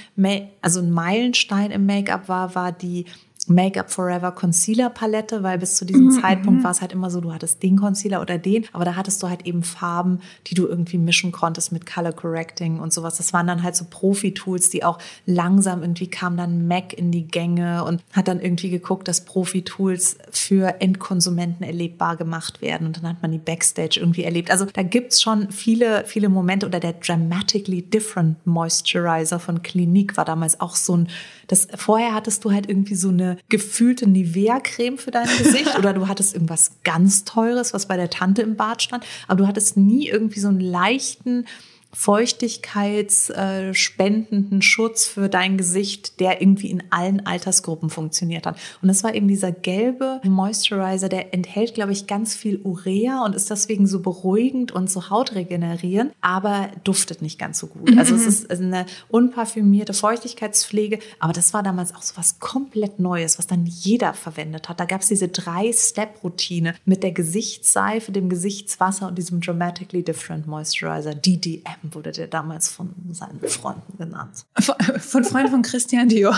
Meilenstein im Make-up war die Make-up Forever Concealer Palette, weil bis zu diesem Zeitpunkt war es halt immer so, du hattest den Concealer oder den, aber da hattest du halt eben Farben, die du irgendwie mischen konntest mit Color Correcting und sowas. Das waren dann halt so Profi-Tools, die auch langsam irgendwie kam dann MAC in die Gänge und hat dann irgendwie geguckt, dass Profi-Tools für Endkonsumenten erlebbar gemacht werden und dann hat man die Backstage irgendwie erlebt. Also da gibt's schon viele, viele Momente oder der Dramatically Different Moisturizer von Clinique war damals auch so vorher hattest du halt irgendwie so eine gefühlte Nivea-Creme für dein Gesicht oder du hattest irgendwas ganz Teures, was bei der Tante im Bad stand, aber du hattest nie irgendwie so einen leichten feuchtigkeitsspendenden Schutz für dein Gesicht, der irgendwie in allen Altersgruppen funktioniert hat. Und das war eben dieser gelbe Moisturizer, der enthält, glaube ich, ganz viel Urea und ist deswegen so beruhigend und so hautregenerierend, aber duftet nicht ganz so gut. Also es ist eine unparfümierte Feuchtigkeitspflege, aber das war damals auch so was komplett Neues, was dann jeder verwendet hat. Da gab es diese 3-Step-Routine mit der Gesichtsseife, dem Gesichtswasser und diesem Dramatically Different Moisturizer, DDM. Wurde der damals von seinen Freunden genannt. Von Freunden von Christian Dior.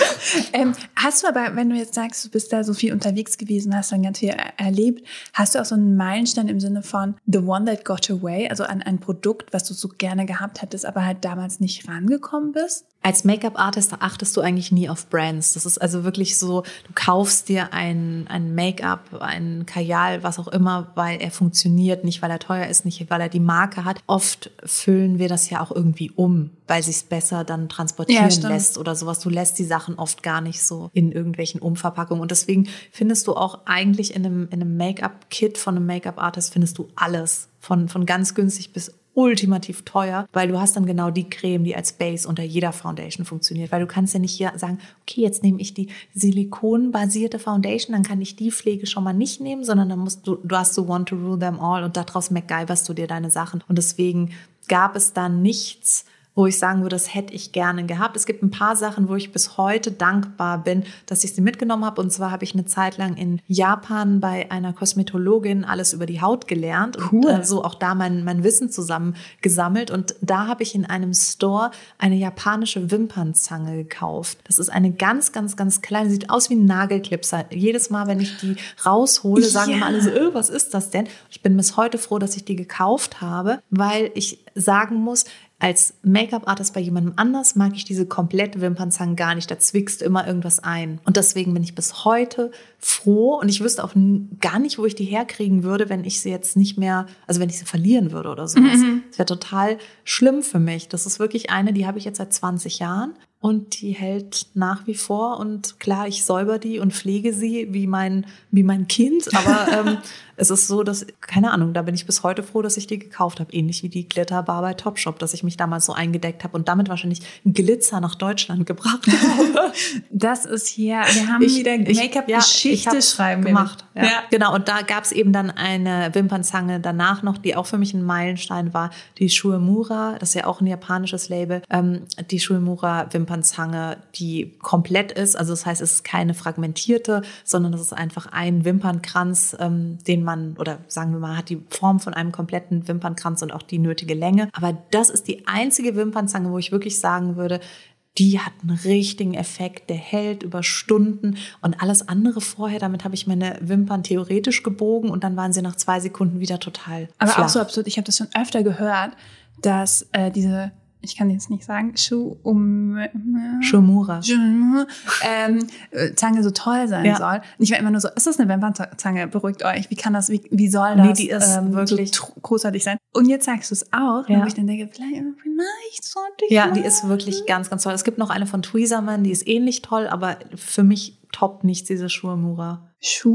Hast du aber, wenn du jetzt sagst, du bist da so viel unterwegs gewesen, hast dann ganz viel erlebt, hast du auch so einen Meilenstein im Sinne von The One That Got Away, also an ein Produkt, was du so gerne gehabt hättest, aber halt damals nicht rangekommen bist? Als Make-up-Artist achtest du eigentlich nie auf Brands. Das ist also wirklich so, du kaufst dir ein Make-up, ein Kajal, was auch immer, weil er funktioniert, nicht weil er teuer ist, nicht weil er die Marke hat. Oft füllen wir das ja auch irgendwie um, weil sich's besser dann transportieren lässt oder sowas. Du lässt die Sachen oft gar nicht so in irgendwelchen Umverpackungen. Und deswegen findest du auch eigentlich in einem Make-up-Kit von einem Make-up-Artist findest du alles. Von ganz günstig bis ultimativ teuer, weil du hast dann genau die Creme, die als Base unter jeder Foundation funktioniert. Weil du kannst ja nicht hier sagen, okay, jetzt nehme ich die silikonbasierte Foundation, dann kann ich die Pflege schon mal nicht nehmen, sondern dann du hast so want to rule them all und daraus MacGyverst du dir deine Sachen. Und deswegen gab es da nichts, wo ich sagen würde, das hätte ich gerne gehabt. Es gibt ein paar Sachen, wo ich bis heute dankbar bin, dass ich sie mitgenommen habe. Und zwar habe ich eine Zeit lang in Japan bei einer Kosmetologin alles über die Haut gelernt. Cool. Und so auch da mein Wissen zusammen gesammelt. Und da habe ich in einem Store eine japanische Wimpernzange gekauft. Das ist eine ganz, ganz, ganz kleine, sieht aus wie ein Nagelklipser. Jedes Mal, wenn ich die raushole, sagen immer alle so, was ist das denn? Ich bin bis heute froh, dass ich die gekauft habe, weil ich sagen muss, als Make-up-Artist bei jemandem anders mag ich diese komplette Wimpernzange gar nicht. Da zwickst du immer irgendwas ein. Und deswegen bin ich bis heute froh. Und ich wüsste auch gar nicht, wo ich die herkriegen würde, wenn ich sie jetzt nicht mehr, also wenn ich sie verlieren würde oder sowas. Das wäre total schlimm für mich. Das ist wirklich eine, die habe ich jetzt seit 20 Jahren. Und die hält nach wie vor. Und klar, ich säuber die und pflege sie wie mein Kind. Aber es ist so, dass, keine Ahnung, da bin ich bis heute froh, dass ich die gekauft habe. Ähnlich wie die Glitterbar bei Topshop, dass ich mich damals so eingedeckt habe und damit wahrscheinlich Glitzer nach Deutschland gebracht habe. Das ist hier, wir haben wieder Make-up-Geschichte schreiben gemacht. Ja. Genau, und da gab es eben dann eine Wimpernzange danach noch, die auch für mich ein Meilenstein war. Die Shuemura, das ist ja auch ein japanisches Label. Die Shuemura Wimpernzange, die komplett ist. Also das heißt, es ist keine fragmentierte, sondern es ist einfach ein Wimpernkranz, den man, oder sagen wir mal, hat die Form von einem kompletten Wimpernkranz und auch die nötige Länge. Aber das ist die einzige Wimpernzange, wo ich wirklich sagen würde, die hat einen richtigen Effekt, der hält über Stunden und alles andere vorher, damit habe ich meine Wimpern theoretisch gebogen und dann waren sie nach 2 Sekunden wieder total flach. Auch so absurd, ich habe das schon öfter gehört, dass diese, ich kann jetzt nicht sagen, Shuemura Zange so toll sein soll. Und ich war immer nur so, ist das eine Wimpernzange? Beruhigt euch. Wie kann das, wie soll das die ist wirklich so großartig sein? Und jetzt sagst du es auch, wo ich dann denke, vielleicht sollte ich mal. Die ist wirklich ganz, ganz toll. Es gibt noch eine von Tweezerman, die ist ähnlich toll, aber für mich toppt nicht diese Shuemura.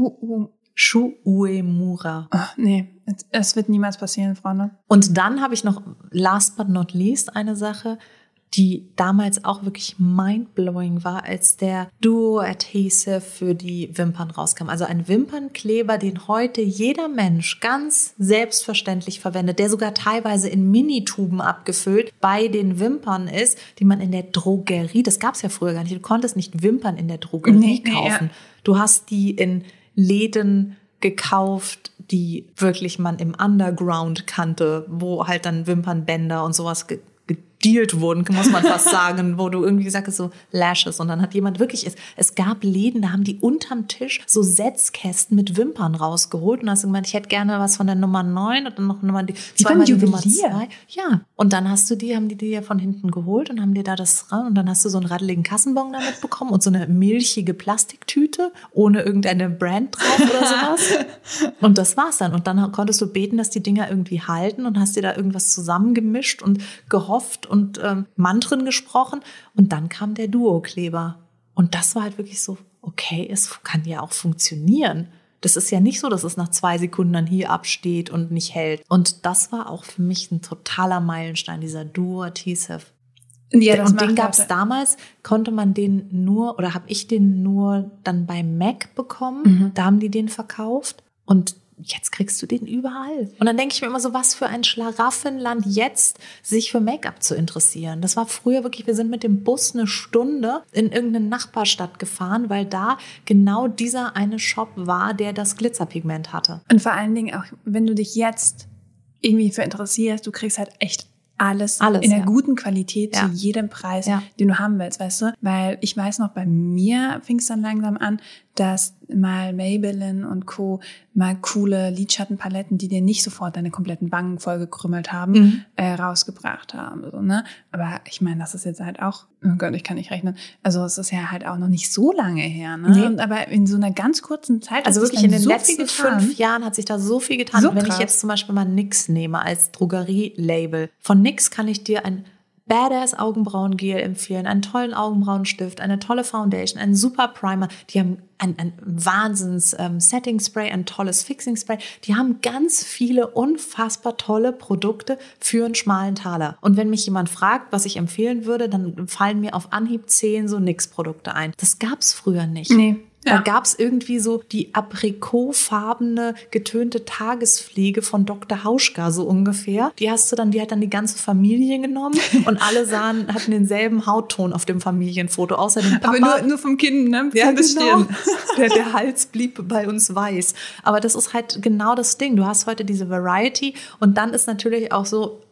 Shuemura. Ach, nee, es wird niemals passieren, Freunde. Und dann habe ich noch, last but not least, eine Sache, die damals auch wirklich mindblowing war, als der Duo Adhesive für die Wimpern rauskam. Also ein Wimpernkleber, den heute jeder Mensch ganz selbstverständlich verwendet, der sogar teilweise in Minituben abgefüllt bei den Wimpern ist, die man in der Drogerie, das gab es ja früher gar nicht, du konntest nicht Wimpern in der Drogerie kaufen. Ja. Du hast die in Läden gekauft, die wirklich man im Underground kannte, wo halt dann Wimpernbänder und sowas gedealt wurden, muss man fast sagen, wo du irgendwie gesagt hast, so Lashes. Und dann hat jemand wirklich, es gab Läden, da haben die unterm Tisch so Setzkästen mit Wimpern rausgeholt und hast gemeint, ich hätte gerne was von der Nummer 9 und dann noch Nummer die Nummer 2. Ja. Und dann haben die dir von hinten geholt und haben dir da das ran und dann hast du so einen raddeligen Kassenbon damit bekommen und so eine milchige Plastiktüte ohne irgendeine Brand drauf oder sowas. Und das war's dann. Und dann konntest du beten, dass die Dinger irgendwie halten und hast dir da irgendwas zusammengemischt und gehofft und Mantren gesprochen. Und dann kam der Duo-Kleber. Und das war halt wirklich so, okay, es kann ja auch funktionieren. Das ist ja nicht so, dass es nach 2 Sekunden dann hier absteht und nicht hält. Und das war auch für mich ein totaler Meilenstein, dieser Duo Adhesive. Ja, und den gab es damals, konnte man den nur, oder habe ich den nur dann bei MAC bekommen. Da haben die den verkauft. Und jetzt kriegst du den überall. Und dann denke ich mir immer so, was für ein Schlaraffenland jetzt, sich für Make-up zu interessieren. Das war früher wirklich, wir sind mit dem Bus 1 Stunde in irgendeine Nachbarstadt gefahren, weil da genau dieser eine Shop war, der das Glitzerpigment hatte. Und vor allen Dingen auch, wenn du dich jetzt irgendwie für interessierst, du kriegst halt echt alles in der guten Qualität zu jedem Preis, den du haben willst, weißt du? Weil ich weiß noch, bei mir fing es dann langsam an, dass mal Maybelline und Co. mal coole Lidschattenpaletten, die dir nicht sofort deine kompletten Wangen vollgekrümmelt haben, rausgebracht haben. So, ne? Aber ich meine, das ist jetzt halt auch, oh Gott, ich kann nicht rechnen, also es ist ja halt auch noch nicht so lange her. Ne? Nee. Und aber in so einer ganz kurzen Zeit, also wirklich in den letzten 5 Jahren hat sich da so viel getan. So wenn ich jetzt zum Beispiel mal NYX nehme als Drogerie-Label, von NYX kann ich dir ein Badass Augenbrauengel empfehlen, einen tollen Augenbrauenstift, eine tolle Foundation, einen super Primer. Die haben ein Wahnsinns Setting Spray, ein tolles Fixing Spray. Die haben ganz viele unfassbar tolle Produkte für einen schmalen Taler. Und wenn mich jemand fragt, was ich empfehlen würde, dann fallen mir auf Anhieb 10 so NYX-Produkte ein. Das gab's früher nicht. Nee. Da gab's irgendwie so die aprikotfarbene, getönte Tagespflege von Dr. Hauschka, so ungefähr. Die hat dann die ganze Familie genommen und alle hatten denselben Hautton auf dem Familienfoto, außer dem Papa. Aber nur vom Kind, ne? Ja, genau. Der Hals blieb bei uns weiß. Aber das ist halt genau das Ding. Du hast heute diese Variety und dann ist natürlich auch so,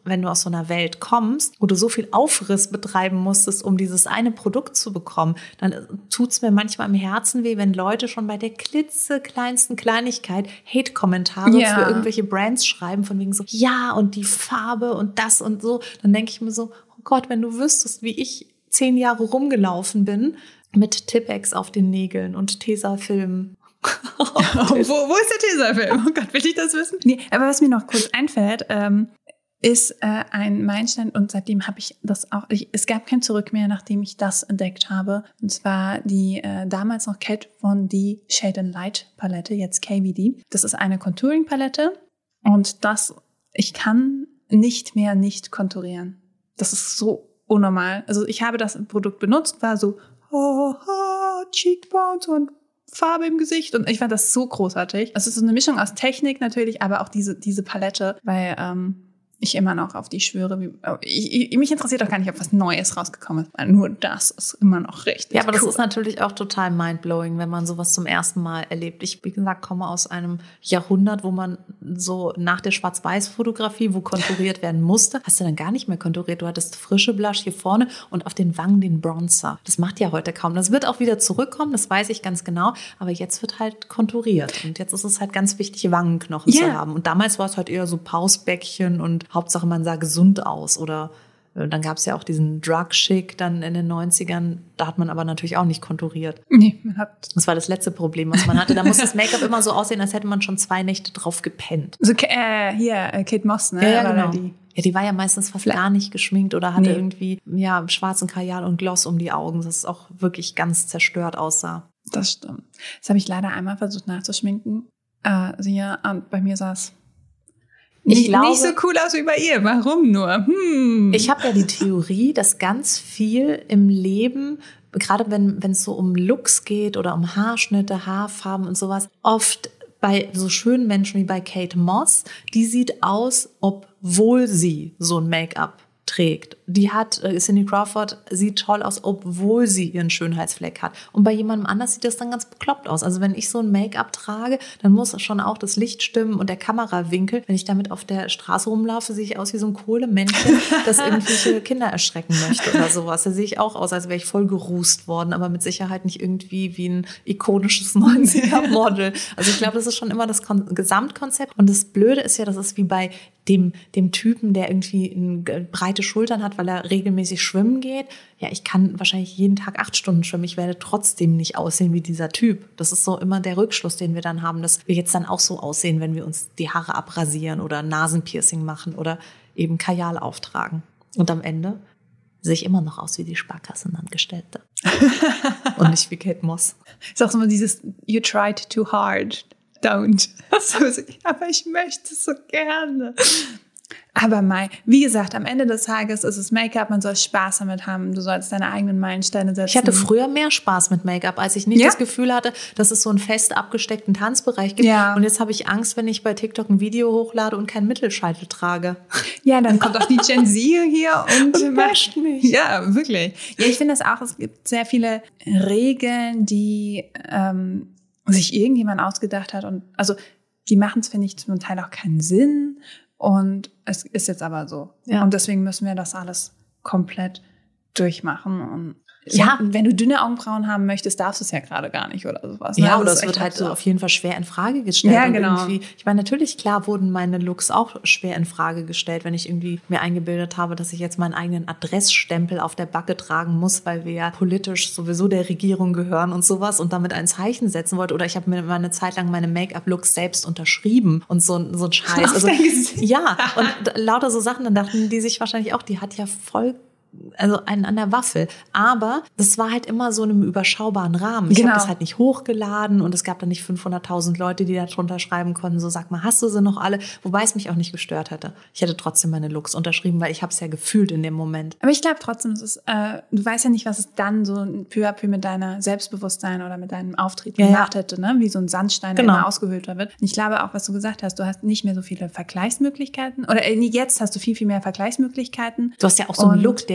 wenn du aus so einer Welt kommst, wo du so viel Aufriss betreiben musstest, um dieses eine Produkt zu bekommen, dann tut's mir manchmal im Herzen weh, wenn Leute schon bei der klitzekleinsten Kleinigkeit Hate-Kommentare für irgendwelche Brands schreiben, von wegen so, ja, und die Farbe und das und so. Dann denke ich mir so, oh Gott, wenn du wüsstest, wie ich 10 Jahre rumgelaufen bin mit Tippex auf den Nägeln und Tesafilm. Wo ist der Tesafilm? Oh Gott, will ich das wissen? Nee, aber was mir noch kurz einfällt, ist ein Meilenstein und seitdem habe ich das auch, es gab kein Zurück mehr, nachdem ich das entdeckt habe. Und zwar die damals noch Kat Von D Shade and Light Palette, jetzt KVD. Das ist eine Contouring-Palette und ich kann nicht mehr nicht konturieren. Das ist so unnormal. Also ich habe das Produkt benutzt, war so Cheekbones und Farbe im Gesicht und ich fand das so großartig. Es ist so eine Mischung aus Technik natürlich, aber auch diese Palette, weil ich immer noch auf die schwöre. Mich interessiert auch gar nicht, ob was Neues rausgekommen ist, weil nur das ist immer noch richtig. Ja, aber das ist natürlich auch total mindblowing, wenn man sowas zum ersten Mal erlebt. Ich, wie gesagt, komme aus einem Jahrhundert, wo man so nach der Schwarz-Weiß-Fotografie, wo konturiert werden musste, hast du dann gar nicht mehr konturiert. Du hattest frische Blush hier vorne und auf den Wangen den Bronzer. Das macht ja heute kaum. Das wird auch wieder zurückkommen, das weiß ich ganz genau. Aber jetzt wird halt konturiert. Und jetzt ist es halt ganz wichtig, Wangenknochen zu haben. Und damals war es halt eher so Pausbäckchen und Hauptsache, man sah gesund aus. Oder dann gab es ja auch diesen Drug-Chic dann in den 90ern. Da hat man aber natürlich auch nicht konturiert. Nee, das war das letzte Problem, was man hatte. Da muss das Make-up immer so aussehen, als hätte man schon 2 Nächte drauf gepennt. So, Kate Moss, ne? Ja, genau. Die war ja meistens fast gar nicht geschminkt oder hatte irgendwie schwarzen Kajal und Gloss um die Augen, dass es auch wirklich ganz zerstört aussah. Das stimmt. Das habe ich leider einmal versucht nachzuschminken. Und bei mir sah es nicht so cool aus wie bei ihr. Warum nur? Ich habe ja die Theorie, dass ganz viel im Leben, gerade wenn es so um Looks geht oder um Haarschnitte, Haarfarben und sowas, oft bei so schönen Menschen wie bei Kate Moss, die sieht aus, obwohl sie so ein Make-up trägt. Die hat, Cindy Crawford sieht toll aus, obwohl sie ihren Schönheitsfleck hat. Und bei jemandem anders sieht das dann ganz bekloppt aus. Also wenn ich so ein Make-up trage, dann muss schon auch das Licht stimmen und der Kamerawinkel. Wenn ich damit auf der Straße rumlaufe, sehe ich aus wie so ein Kohlemännchen, das irgendwelche Kinder erschrecken möchte oder sowas. Da sehe ich auch aus, als wäre ich voll gerußt worden, aber mit Sicherheit nicht irgendwie wie ein ikonisches 90er-Model. Also ich glaube, das ist schon immer das Gesamtkonzept. Und das Blöde ist ja, das ist wie bei dem Typen, der irgendwie breite Schultern hat, weil er regelmäßig schwimmen geht. Ja, ich kann wahrscheinlich jeden Tag 8 Stunden schwimmen. Ich werde trotzdem nicht aussehen wie dieser Typ. Das ist so immer der Rückschluss, den wir dann haben, dass wir jetzt dann auch so aussehen, wenn wir uns die Haare abrasieren oder Nasenpiercing machen oder eben Kajal auftragen. Und am Ende sehe ich immer noch aus wie die Sparkassenangestellte. Und nicht wie Kate Moss. Ist auch immer dieses You tried too hard. Don't. Aber ich möchte es so gerne. Aber wie gesagt, am Ende des Tages ist es Make-up, man soll Spaß damit haben, du sollst deine eigenen Meilensteine setzen. Ich hatte früher mehr Spaß mit Make-up, als ich nicht das Gefühl hatte, dass es so einen fest abgesteckten Tanzbereich gibt. Ja. Und jetzt habe ich Angst, wenn ich bei TikTok ein Video hochlade und keinen Mittelscheitel trage. Ja, dann kommt auch die Gen Z hier und basht mich. Ja, wirklich. Ja, ich finde das auch, es gibt sehr viele Regeln, die sich irgendjemand ausgedacht hat. Und also die machen es, finde ich, zum Teil auch keinen Sinn. Und es ist jetzt aber so. Ja. Und deswegen müssen wir das alles komplett durchmachen. Und wenn du dünne Augenbrauen haben möchtest, darfst du es ja gerade gar nicht oder sowas. Ja, oder es wird halt so auf jeden Fall schwer in Frage gestellt. Ja, genau. Ich meine, natürlich, klar wurden meine Looks auch schwer in Frage gestellt, wenn ich irgendwie mir eingebildet habe, dass ich jetzt meinen eigenen Adressstempel auf der Backe tragen muss, weil wir ja politisch sowieso der Regierung gehören und sowas und damit ein Zeichen setzen wollte. Oder ich habe mir eine Zeit lang meine Make-up-Looks selbst unterschrieben und so ein Scheiß. Also, ja, und lauter so Sachen, dann dachten die sich wahrscheinlich auch, die hat ja voll einen an der Waffel. Aber das war halt immer so in einem überschaubaren Rahmen. Ich habe das halt nicht hochgeladen und es gab dann nicht 500.000 Leute, die da drunter schreiben konnten, so sag mal, hast du sie noch alle? Wobei es mich auch nicht gestört hätte. Ich hätte trotzdem meine Looks unterschrieben, weil ich habe es ja gefühlt in dem Moment. Aber ich glaube trotzdem, es ist, du weißt ja nicht, was es dann so peu à peu mit deiner Selbstbewusstsein oder mit deinem Auftritt gemacht hätte, ne? Wie so ein Sandstein, der immer ausgehöhlter wird. Und ich glaube auch, was du gesagt hast, du hast nicht mehr so viele Vergleichsmöglichkeiten oder jetzt hast du viel, viel mehr Vergleichsmöglichkeiten. Du hast ja auch so einen Look, der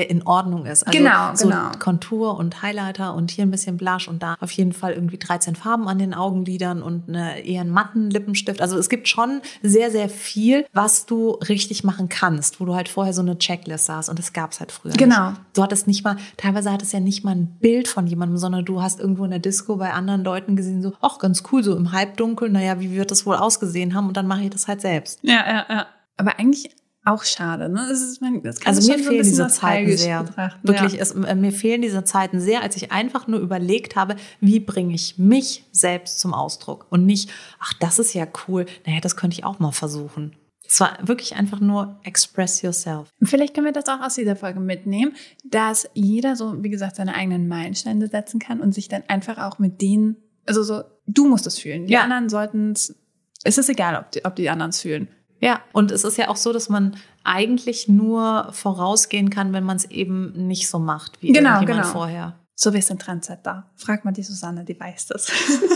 der in Ordnung ist. Also so Kontur und Highlighter und hier ein bisschen Blush und da auf jeden Fall irgendwie 13 Farben an den Augenlidern und eher einen matten Lippenstift. Also es gibt schon sehr, sehr viel, was du richtig machen kannst, wo du halt vorher so eine Checkliste hast und das gab es halt früher nicht. Du hattest nicht mal, teilweise hattest ja nicht mal ein Bild von jemandem, sondern du hast irgendwo in der Disco bei anderen Leuten gesehen, so, ach, ganz cool, so im Halbdunkel, naja, wie wird das wohl ausgesehen haben und dann mache ich das halt selbst. Ja. Aber eigentlich auch schade, ne? Das kann also mir fehlen diese Zeiten sehr. Betrachten. Wirklich, mir fehlen diese Zeiten sehr, als ich einfach nur überlegt habe, wie bringe ich mich selbst zum Ausdruck und nicht, ach, das ist ja cool, naja, das könnte ich auch mal versuchen. Es war wirklich einfach nur express yourself. Vielleicht können wir das auch aus dieser Folge mitnehmen, dass jeder so, wie gesagt, seine eigenen Meilensteine setzen kann und sich dann einfach auch mit denen, also so, du musst es fühlen. Die anderen sollten es ist egal, ob die anderen es fühlen. Ja, und es ist ja auch so, dass man eigentlich nur vorausgehen kann, wenn man es eben nicht so macht, wie irgendjemand vorher. So wie es ein Trendsetter. Frag mal die Susanne, die weiß das.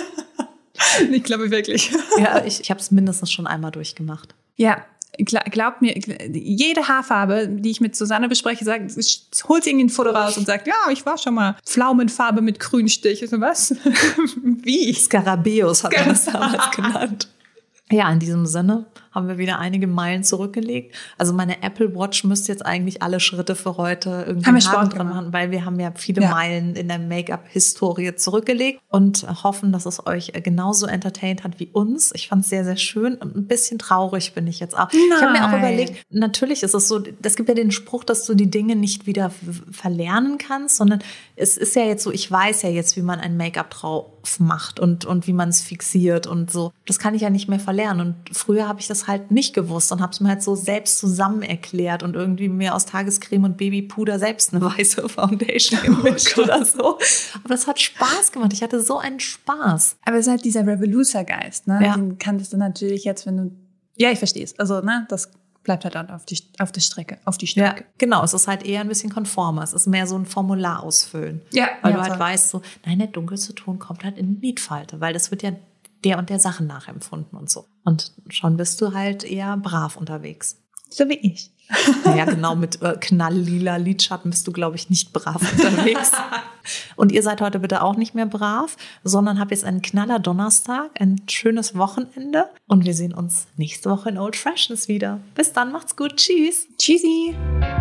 Ich glaube wirklich. Ja, ich habe es mindestens schon einmal durchgemacht. Ja, glaub mir, jede Haarfarbe, die ich mit Susanne bespreche, holt sie irgendwie ein Foto raus und sagt, ja, ich war schon mal Pflaumenfarbe mit Grünstich. So, was? Wie? Skarabäus hat man das damals genannt. Ja, in diesem Sinne haben wir wieder einige Meilen zurückgelegt. Also meine Apple Watch müsste jetzt eigentlich alle Schritte für heute irgendwie dran machen, weil wir haben ja viele Meilen in der Make-up-Historie zurückgelegt und hoffen, dass es euch genauso entertained hat wie uns. Ich fand es sehr, sehr schön und ein bisschen traurig bin ich jetzt auch. Nein. Ich habe mir auch überlegt, natürlich ist es so, es gibt ja den Spruch, dass du die Dinge nicht wieder verlernen kannst, sondern es ist ja jetzt so, ich weiß ja jetzt, wie man ein Make-up drauf macht und wie man es fixiert und so. Das kann ich ja nicht mehr verlernen. Und früher habe ich das halt nicht gewusst und habe es mir halt so selbst zusammen erklärt und irgendwie mir aus Tagescreme und Babypuder selbst eine weiße Foundation gemischt oder so. Aber das hat Spaß gemacht. Ich hatte so einen Spaß. Aber es ist halt dieser Revolucer-Geist, ne? Ja. Den kanntest du natürlich jetzt, wenn du... Ja, ich verstehe es. Also, ne, das bleibt halt dann auf die Strecke. Ja, genau. Es ist halt eher ein bisschen konformer. Es ist mehr so ein Formular ausfüllen. Ja. Weil du halt weißt, so, nein, der dunkelste Ton kommt halt in die Lidfalte, weil das wird ja der und der Sachen nachempfunden und so. Und schon bist du halt eher brav unterwegs. So wie ich. Ja, genau, mit knalllila Lidschatten bist du, glaube ich, nicht brav unterwegs. Und ihr seid heute bitte auch nicht mehr brav, sondern habt jetzt einen knaller Donnerstag, ein schönes Wochenende. Und wir sehen uns nächste Woche in Old Freshness wieder. Bis dann, macht's gut. Tschüss. Tschüssi.